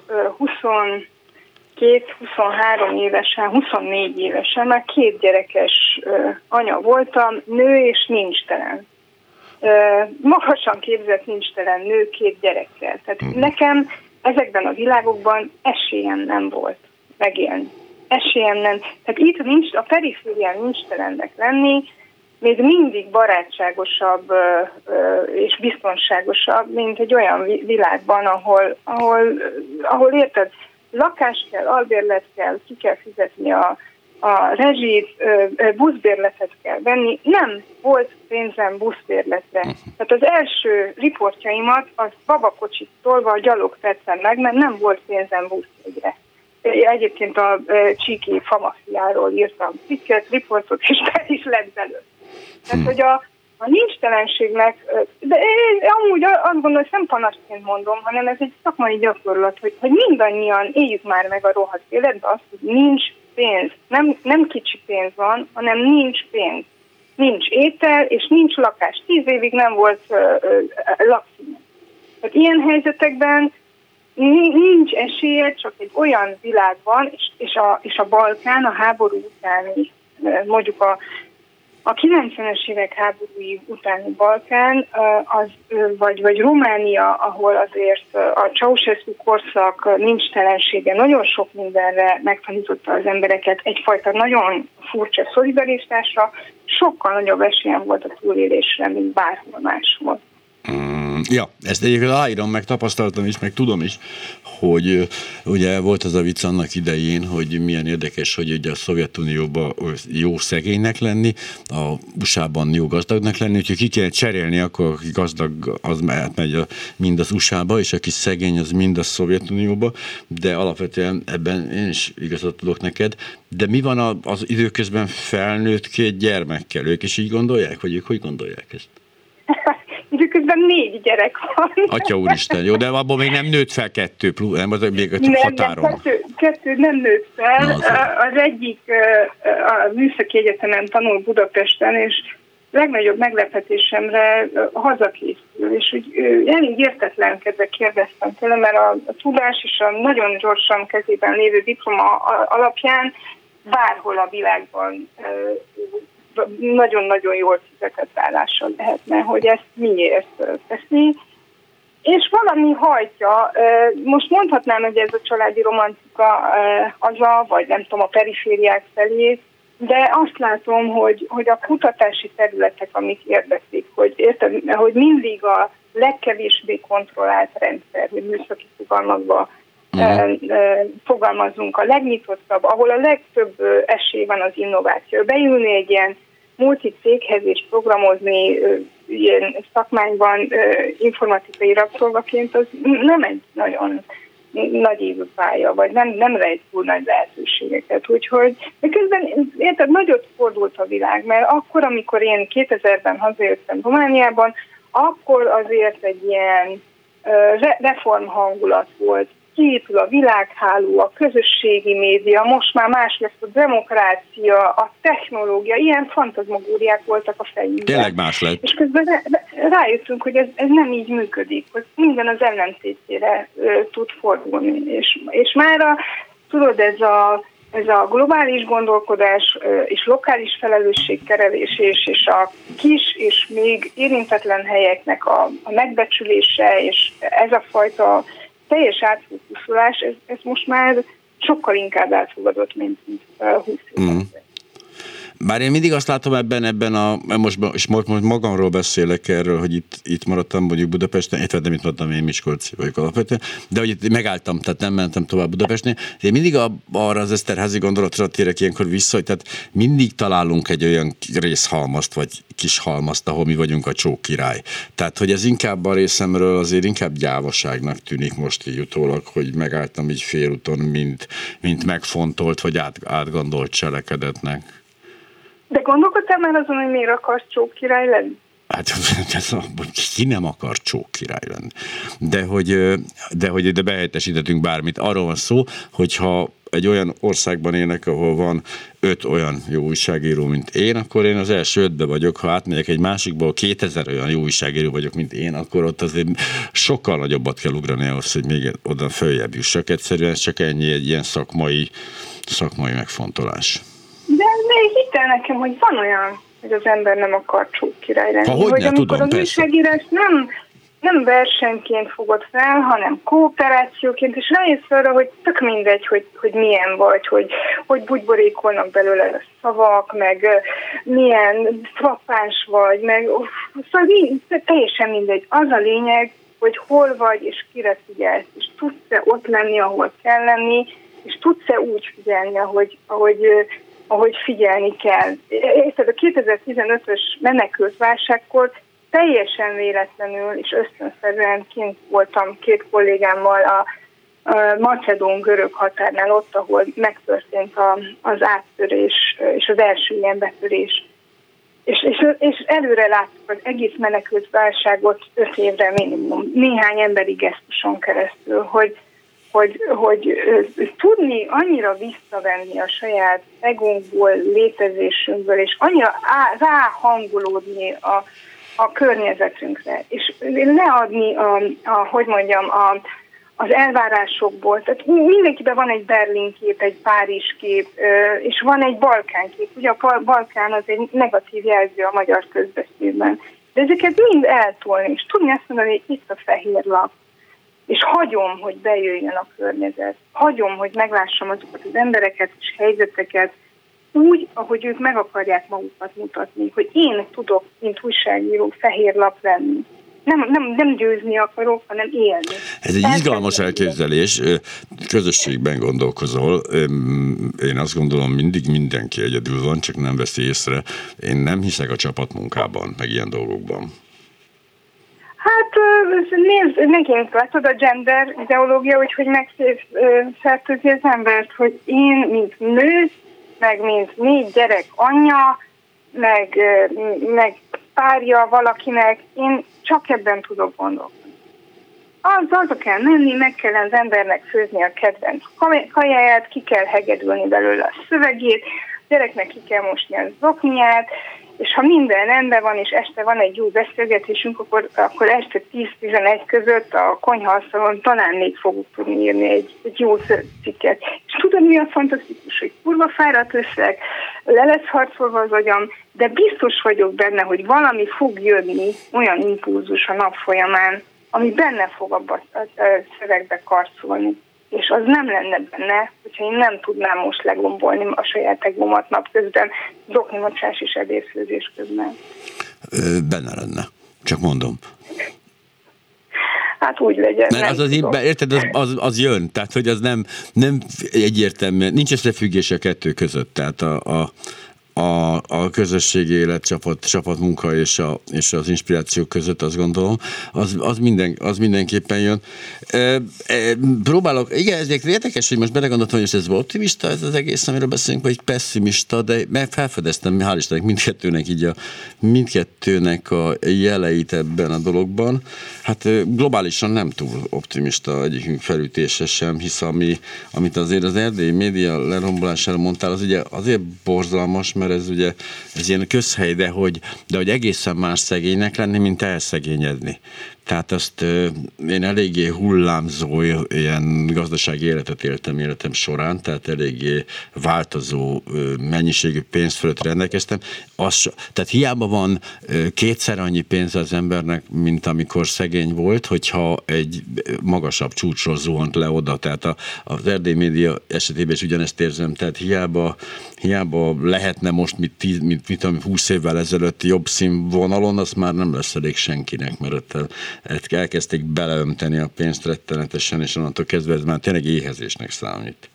huszonkettő-huszonhárom évesen, huszonnégy évesen már két gyerekes anya voltam, nő és nincstelen. Magasan képzett nincstelen nő két gyerekkel. Tehát hmm. nekem ezekben a világokban esélyem nem volt megélni. Esélyem nem. Tehát itt nincs, a periférián nincstelennek lenni, még mindig barátságosabb és biztonságosabb, mint egy olyan világban, ahol, ahol, ahol érted, lakás kell, albérlet kell, ki kell fizetni a a rezsit, buszbérletet kell venni, nem volt pénzem buszbérletre. Tehát az első riportjaimat az babakocsit tolva gyalog tettem meg, mert nem volt pénzem buszjegyre. Egyébként a Csíki Famafiáról írtam cikket, riportot, és be is lett belőle. Tehát, hogy a, A nincstelenségnek, de én amúgy azt gondolom, hogy nem panaszként mondom, hanem ez egy szakmai gyakorlat, hogy, hogy mindannyian éljük már meg a rohadt életbe azt, hogy nincs pénz. Nem, nem kicsi pénz van, hanem nincs pénz. Nincs étel, és nincs lakás. Tíz évig nem volt uh, uh, lakszín. Tehát ilyen helyzetekben nincs esélye, csak egy olyan világban, és, és, a, és a Balkán, a háború utáni, mondjuk a, a kilencvenes évek háborúi utáni Balkán, az, vagy, vagy Románia, ahol azért a Ceausescu korszak nincstelensége nagyon sok mindenre megtanította az embereket, egyfajta nagyon furcsa szolidaritásra, sokkal nagyobb esélyen volt a túlélésre, mint bárhol máshol. Mm, ja, ezt egyébként aláírom, meg tapasztaltam is, meg tudom is, hogy ugye volt az a vicc annak idején, hogy milyen érdekes, hogy ugye a Szovjetunióban jó szegénynek lenni, a u es á-ban jó gazdagnak lenni, úgyhogy ki kell cserélni, akkor aki gazdag, az megy mind az u es á-ba, és aki szegény, az mind a Szovjetunióba, de alapvetően ebben én is igazat tudok neked. De mi van az időközben felnőtt két gyermekkel? Ők is így gondolják, vagy ők hogy gondolják ezt? Időközben négy gyerek van. Atya úristen, jó, de abból még nem nőtt fel kettő, plusz, nem, az még a nem, határon. Nem, kettő, kettő nem nőtt fel. Az, az egyik a Műszaki Egyetemen tanul Budapesten, és legnagyobb meglepetésemre hazakészül, és úgy elég értetlenkedve kérdeztem tőle, mert a, a tudás és a nagyon gyorsan kezében lévő diploma alapján bárhol a világban nagyon-nagyon jól fizetett állással lehetne, hogy ezt miért teszi. És valami hajtja, most mondhatnám, hogy ez a családi romantika haza, vagy nem tudom, a perifériák felé, de azt látom, hogy, hogy a kutatási területek, amik érdeklik, hogy, érted, hogy mindig a legkevésbé kontrollált rendszer, hogy műszaki fogalmakban uh-huh. fogalmazunk, a legnyitottabb, ahol a legtöbb esély van az innováció. Beülni egy ilyen multicéghez és programozni ilyen szakmányban informatikai rabszolgaként, az nem egy nagyon nagy évű pálya, vagy nem, nem rejt túl nagy lehetőségeket. Úgyhogy de közben érted, nagyot fordult a világ, mert akkor, amikor én kétezerben hazajöttem Romániában, akkor azért egy ilyen uh, reform hangulat volt. Kiépül a világháló, a közösségi média, most már más lesz a demokrácia, a technológia, ilyen fantazmagóriák voltak a fejünkben. Tényleg más lett. És közben rájöttünk, hogy ez, ez nem így működik, hogy minden az ellentétére ö, tud fordulni. És, és mára, tudod, ez a, ez a globális gondolkodás ö, és lokális felelősségkerelés és, és a kis és még érintetlen helyeknek a, a megbecsülése, és ez a fajta teljes átfókuszolás, ez, ez most már sokkal inkább elfogadott, mint, mint húsz évvel. Mm. Bár én mindig azt látom ebben, ebben a, most, és most magamról beszélek erről, hogy itt, itt maradtam mondjuk Budapesten, itt nem itt maradtam, én Miskolci vagyok alapvetően, de hogy itt megálltam, tehát nem mentem tovább Budapestnél. Én mindig a, arra az Eszterházy gondolatra térek ilyenkor vissza, hogy tehát mindig találunk egy olyan részhalmazt, vagy kis halmazt, ahol mi vagyunk a csókkirály. Tehát, hogy ez inkább a részemről azért inkább gyávaságnak tűnik most így utólag, hogy megálltam így félúton, mint, mint megfontolt, vagy át, átgondolt cselekedetnek. De gondolkodtál már azon, hogy miért akarsz csókkirály lenni? Hát ki nem akar csókkirály lenni. De hogy, de hogy de behelyettesítettünk bármit. Arról van szó, hogyha egy olyan országban élnek, ahol van öt olyan jó újságíró, mint én, akkor én az első ötbe vagyok. Ha átmegyek egy másikból, kétezer olyan jó újságíró vagyok, mint én, akkor ott azért sokkal nagyobbat kell ugrani ahhoz, hogy még oda följebb jussak. Egyszerűen csak ennyi egy ilyen szakmai, szakmai megfontolás. De, de hittel nekem, hogy van olyan, hogy az ember nem akar csókkirály lenni. Ha, hogy hogy ne, amikor tudom, az újságírás nem, nem versenyként fogod fel, hanem kooperációként, és rájössz arra, hogy tök mindegy, hogy, hogy milyen vagy, hogy, hogy bugyborékolnak belőle a szavak, meg milyen frappáns vagy, meg szóval teljesen mindegy. Az a lényeg, hogy hol vagy, és kire figyelsz, és tudsz-e ott lenni, ahol kell lenni, és tudsz-e úgy figyelni, ahogy, ahogy ahogy figyelni kell. Érted, a kétezer-tizenötös menekültválságkor teljesen véletlenül és ösztönszerűen kint voltam két kollégámmal a, a macedón-görög határnál, ott, ahol megtörtént a, az áttörés és az első ilyen betörés. És, és, és előre láttuk az egész menekült válságot öt évre minimum, néhány emberi gesztuson keresztül, hogy, hogy, hogy tudni annyira visszavenni a saját egónkból, létezésünkből, és annyira á, ráhangolódni a, a környezetünkre, és leadni a, a hogy mondjam, a az elvárásokból. Tehát mindenkiben van egy Berlin kép, egy Párizs kép, és van egy Balkán kép. Ugye a Balkán az egy negatív jelző a magyar közbeszédben. De ezeket mind eltolni, és tudni azt mondani, hogy itt a fehér lap, és hagyom, hogy bejöjjön a környezet. Hagyom, hogy meglássam azokat az embereket és helyzeteket úgy, ahogy ők meg akarják magukat mutatni, hogy én tudok, mint újságíró, fehér lap lenni. Nem, nem, nem győzni akarok, hanem élni. Ez egy izgalmas elképzelés, közösségben gondolkozol. Én azt gondolom, mindig mindenki egyedül van, csak nem veszi észre. Én nem hiszek a csapatmunkában, meg ilyen dolgokban. Hát nézd, megint látod a gender ideológia, úgyhogy megfertőzi az embert, hogy én, mint nő, meg mint négy gyerek anyja, meg, meg párja valakinek, én csak ebben tudok gondolkodni. Az, azok kell menni, meg kell az embernek főzni a kedvenc kajáját, ki kell hegedülni belőle a szövegét, a gyereknek ki kell mosni a zokniát, és ha minden rendben van, és este van egy jó beszélgetésünk, akkor, akkor este tíz-tizenegy között a konyhaasztalon talán még fogunk tudni írni egy, egy jó cikket. És tudod, mi a fantasztikus, hogy kurva fáradt leszek, le lesz harcolva az agyam, de biztos vagyok benne, hogy valami fog jönni, olyan impulzus a nap folyamán, ami benne fog abba a szövegbe karcolni. És az nem lenne benne, hogyha én nem tudnám most legombolni a saját egómat napközben, zoknimocsás és ebédfőzés közben. Benne lenne, csak mondom. Hát úgy legyen. Mert az az, érted, az, az, az jön, tehát hogy az nem, nem egyértelmű, nincs összefüggés a kettő között, tehát a, a A, a közösségi élet, csapat, csapatmunka és, a, és az inspiráció között, azt gondolom, az, az, minden, az mindenképpen jön. E, e, próbálok, igen, ez érdekes, hogy most belegondoltam, hogy ez optimista, ez az egész, amiről beszélünk, vagy pessimista, de mert felfedeztem, hál' Istennek, mindkettőnek így a, mindkettőnek a jeleit ebben a dologban. Hát globálisan nem túl optimista egyikünk felütése sem, hisz ami, amit azért az erdélyi média lerombolására mondtál, az ugye azért borzalmas, mert ez ugye ez ilyen közhely, de hogy, de hogy egészen más szegénynek lenni, mint elszegényedni. Tehát azt ö, én eléggé hullámzó ilyen gazdasági életet éltem életem során, tehát eléggé változó ö, mennyiségű pénz fölött rendelkeztem. Az, tehát hiába van ö, kétszer annyi pénz az embernek, mint amikor szegény volt, hogyha egy magasabb csúcsról zuhant le oda. Tehát a, az erdélyi média esetében is ugyanezt érzem, tehát hiába, hiába lehetne most, mit, tíz, mit, mit, mit húsz évvel ezelőtti jobb színvonalon, az már nem lesz elég senkinek, mert elkezdték beleömteni a pénzt rettenetesen, és onnantól kezdve ez már tényleg éhezésnek számít.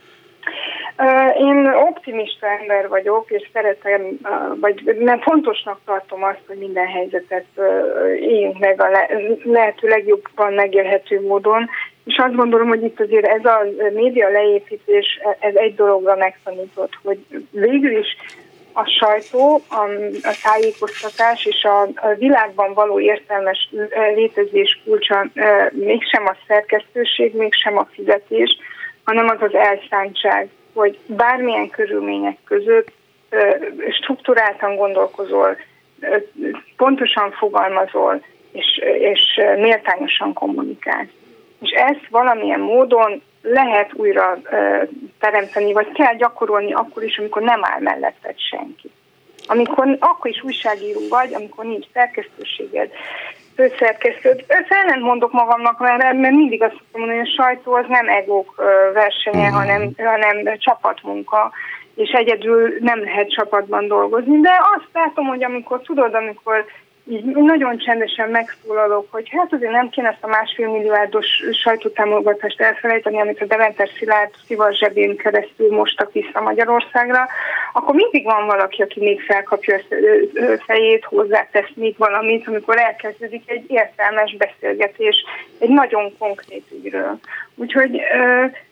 Én optimista ember vagyok, és szeretem, vagy nem fontosnak tartom azt, hogy minden helyzetet éljünk meg a lehető legjobban megélhető módon, és azt gondolom, hogy itt azért ez a média leépítés, ez egy dologra megtanított, hogy végül is a sajtó, a, a tájékoztatás és a, a világban való értelmes létezés kulcsa mégsem a szerkesztőség, mégsem a fizetés, hanem az az elszántság, hogy bármilyen körülmények között strukturáltan gondolkozol, pontosan fogalmazol, és, és méltányosan kommunikálsz. És ezt valamilyen módon lehet újra uh, teremteni, vagy kell gyakorolni akkor is, amikor nem áll melletted senki. Amikor, akkor is újságíró vagy, amikor nincs szerkesztőséged, főszerkesztőd. Ezt ellent mondok magamnak, mert, mert mindig azt szoktam mondani, hogy a sajtó az nem egók uh, versenye, uh-huh. hanem, hanem csapatmunka, és egyedül nem lehet csapatban dolgozni. De azt látom, hogy amikor tudod, amikor így nagyon csendesen megszólalok, hogy hát azért nem kéne ezt a másfél milliárdos sajtótámogatást elfelejteni, amit a Deventer Szilárd szivar zsebén keresztül mostak vissza Magyarországra, akkor mindig van valaki, aki még felkapja a fejét, hozzátesz még valamit, amikor elkezdődik egy értelmes beszélgetés egy nagyon konkrét ügyről. Úgyhogy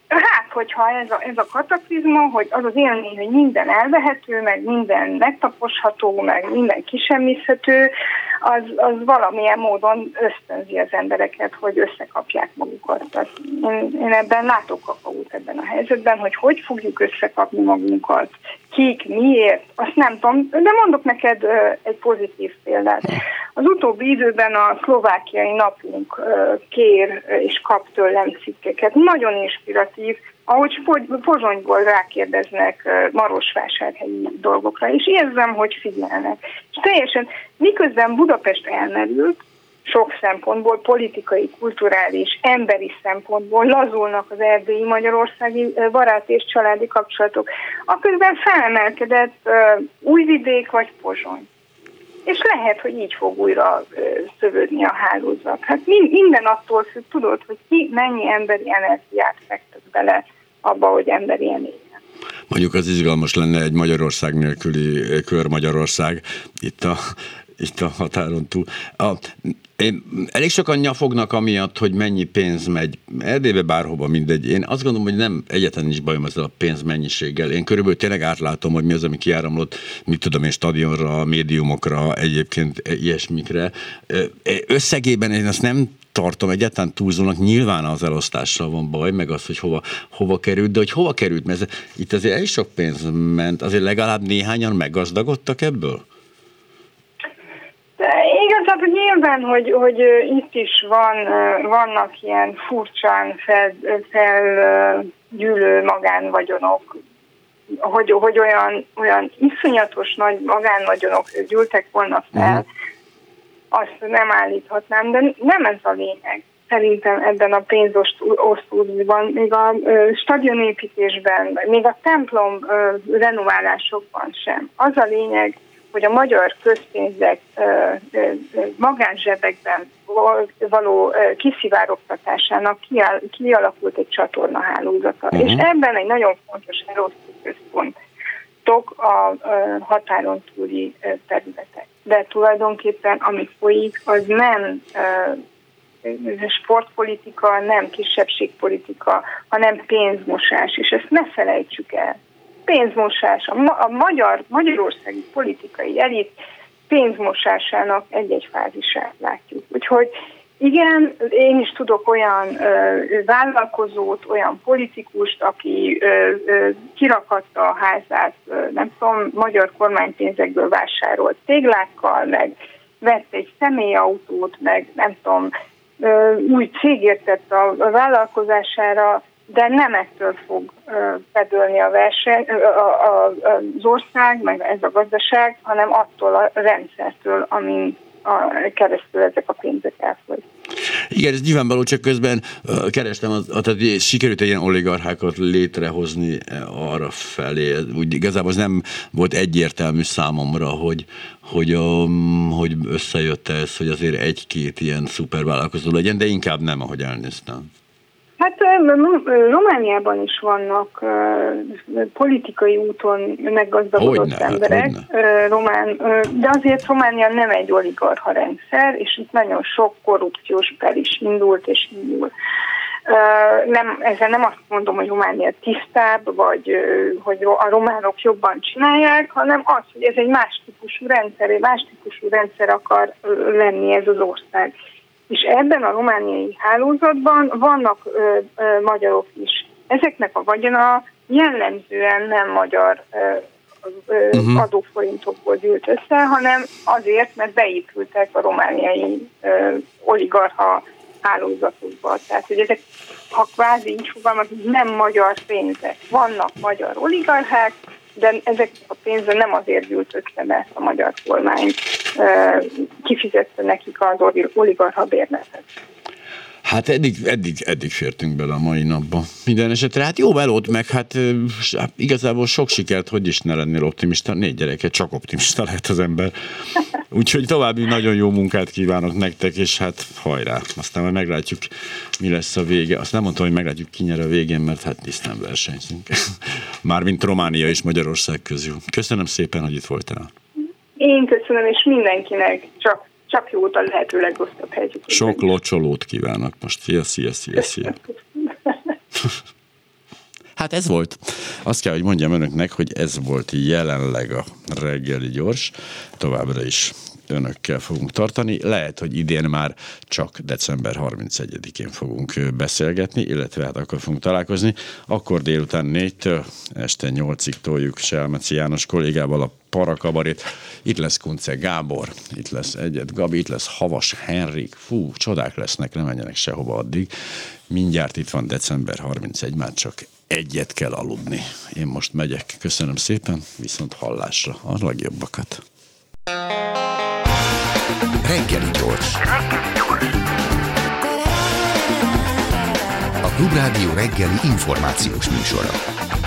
Hát, hogyha ez a, ez a kataklizma, hogy az az élmény, hogy minden elvehető, meg minden megtaposható, meg minden kisemmizhető, az, az valamilyen módon ösztönzi az embereket, hogy összekapják magukat. Tehát én, én ebben látok kakaót ebben a helyzetben, hogy hogy fogjuk összekapni magunkat, kik, miért, azt nem tudom, de mondok neked egy pozitív példát. Az utóbbi időben a szlovákiai napunk kér és kap tőlem cikkeket. Nagyon inspiratív, ahogy Pozsonyból rákérdeznek marosvásárhelyi dolgokra, és érzem, hogy figyelnek. És teljesen, miközben Budapest elmerült, sok szempontból, politikai, kulturális, emberi szempontból lazulnak az erdélyi magyarországi barát és családi kapcsolatok, aközben felemelkedett uh, Újvidék vagy Pozsony. És lehet, hogy így fog újra uh, szövődni a hálózat. Hát minden attól függ, tudod, hogy ki mennyi emberi energiát fektet bele abba, hogy emberi éljen. Mondjuk az izgalmas lenne egy Magyarország nélküli kör Magyarország itt a, itt a határon túl. A, én, elég sokan nyafognak amiatt, hogy mennyi pénz megy Erdélybe, bárhova, mindegy. Én azt gondolom, hogy nem egyetlen nincs bajom ezzel a pénzmennyiséggel. Én körülbelül tényleg átlátom, hogy mi az, ami kiáramlott, mit tudom én, stadionra, médiumokra, egyébként ilyesmikre. Összegében én azt nem tartom egyáltalán túlzónak, nyilván az elosztással van baj, meg az, hogy hova, hova került, de hogy hova került, mert ez, itt azért elég sok pénz ment, azért legalább néhányan meggazdagodtak ebből? De igazából nyilván, hogy, hogy itt is van, vannak ilyen furcsán fel, felgyűlő magánvagyonok, hogy, hogy olyan, olyan iszonyatos nagy magánvagyonok gyűltek volna fel, uh-huh. Azt nem állíthatnám, de nem ez a lényeg. Szerintem ebben a pénzosztózban, még a stadionépítésben, még a templom renoválásokban sem. Az a lényeg, hogy a magyar közpénzek magánsebekben való kiszivárogtatásának kialakult egy csatornahálózata. Uh-huh. És ebben egy nagyon fontos elosztó központok a határon túli területek. De tulajdonképpen ami folyik, az nem sportpolitika, nem kisebbségpolitika, hanem pénzmosás, és ezt ne felejtsük el. Pénzmosás, a, ma- a magyar, magyarországi politikai elit pénzmosásának egy-egy fázisát látjuk. Úgyhogy igen, én is tudok olyan ö, vállalkozót, olyan politikust, aki ö, ö, kirakatta a házát, ö, nem tudom, magyar kormánypénzekből vásárolt téglákkal, meg vett egy személyautót, meg nem tudom, ö, új cégért tett a, a vállalkozására, de nem ettől fog bedőlni a verseny, a, a, az ország, meg ez a gazdaság, hanem attól a rendszertől, amin a, keresztül ezek a pénzek elfolyt. Igen, ez nyilvánvaló, csak közben uh, kerestem, az, tehát sikerült egy ilyen oligarchákat létrehozni arra felé. Úgy igazából az nem volt egyértelmű számomra, hogy, hogy, um, hogy összejött ez, hogy azért egy-két ilyen szupervállalkozó legyen, de inkább nem, ahogy elnéztem. Hát Romániában is vannak uh, politikai úton meggazdagodott hogyne, emberek, hát, román, uh, de azért Románia nem egy oligarcha rendszer, és itt nagyon sok korrupciós per is indult és indul. Uh, nem, ezzel nem azt mondom, hogy Románia tisztább, vagy uh, hogy a románok jobban csinálják, hanem az, hogy ez egy más típusú rendszer, egy más típusú rendszer akar lenni ez az ország. És ebben a romániai hálózatban vannak ö, ö, magyarok is. Ezeknek a vagyona jellemzően nem magyar ö, ö, uh-huh. adóforintokból gyűlt össze, hanem azért, mert beépültek a romániai ö, oligarcha hálózatokba. Tehát, hogy ezek, ha kvázi így fogalmaz, nem magyar pénzek. Vannak magyar oligarchák, de ezek a pénzek nem azért gyűlt össze, mert a magyar kormány kifizette nekik az oligarcha bérletet. Hát eddig, eddig, eddig fértünk bele a mai napba. Minden esetre, hát jó melót, meg hát igazából sok sikert, hogy is ne lennél optimista, négy gyereket, csak optimista lehet az ember. Úgyhogy további nagyon jó munkát kívánok nektek, és hát hajrá, aztán majd meglátjuk, mi lesz a vége. Azt nem mondtam, hogy meglátjuk, ki nyer a végén, mert hát tisztán versenyzünk. Mármint Románia és Magyarország közül. Köszönöm szépen, hogy itt voltál. Én köszönöm, és mindenkinek csak Csak jót a lehető legrosszabb helyzetben. Sok locsolót kívánok most. Szia, szia, szia, szia. Hát ez volt. Azt kell, hogy mondjam önöknek, hogy ez volt jelenleg a reggeli gyors. Továbbra is önökkel fogunk tartani. Lehet, hogy idén már csak december harmincegyedikén fogunk beszélgetni, illetve hát akkor fogunk találkozni. Akkor délután négytől este nyolcig toljuk Selmeci János kollégával a Parakabarét. Itt lesz Kunce Gábor, itt lesz Egyet Gabi, itt lesz Havas Henrik. Fú, csodák lesznek, nem menjenek sehova addig. Mindjárt itt van december harmincegy, már csak egyet kell aludni. Én most megyek. Köszönöm szépen, viszont hallásra a legjobbakat. Reggeli gyors. A Klubrádió reggeli információs műsora.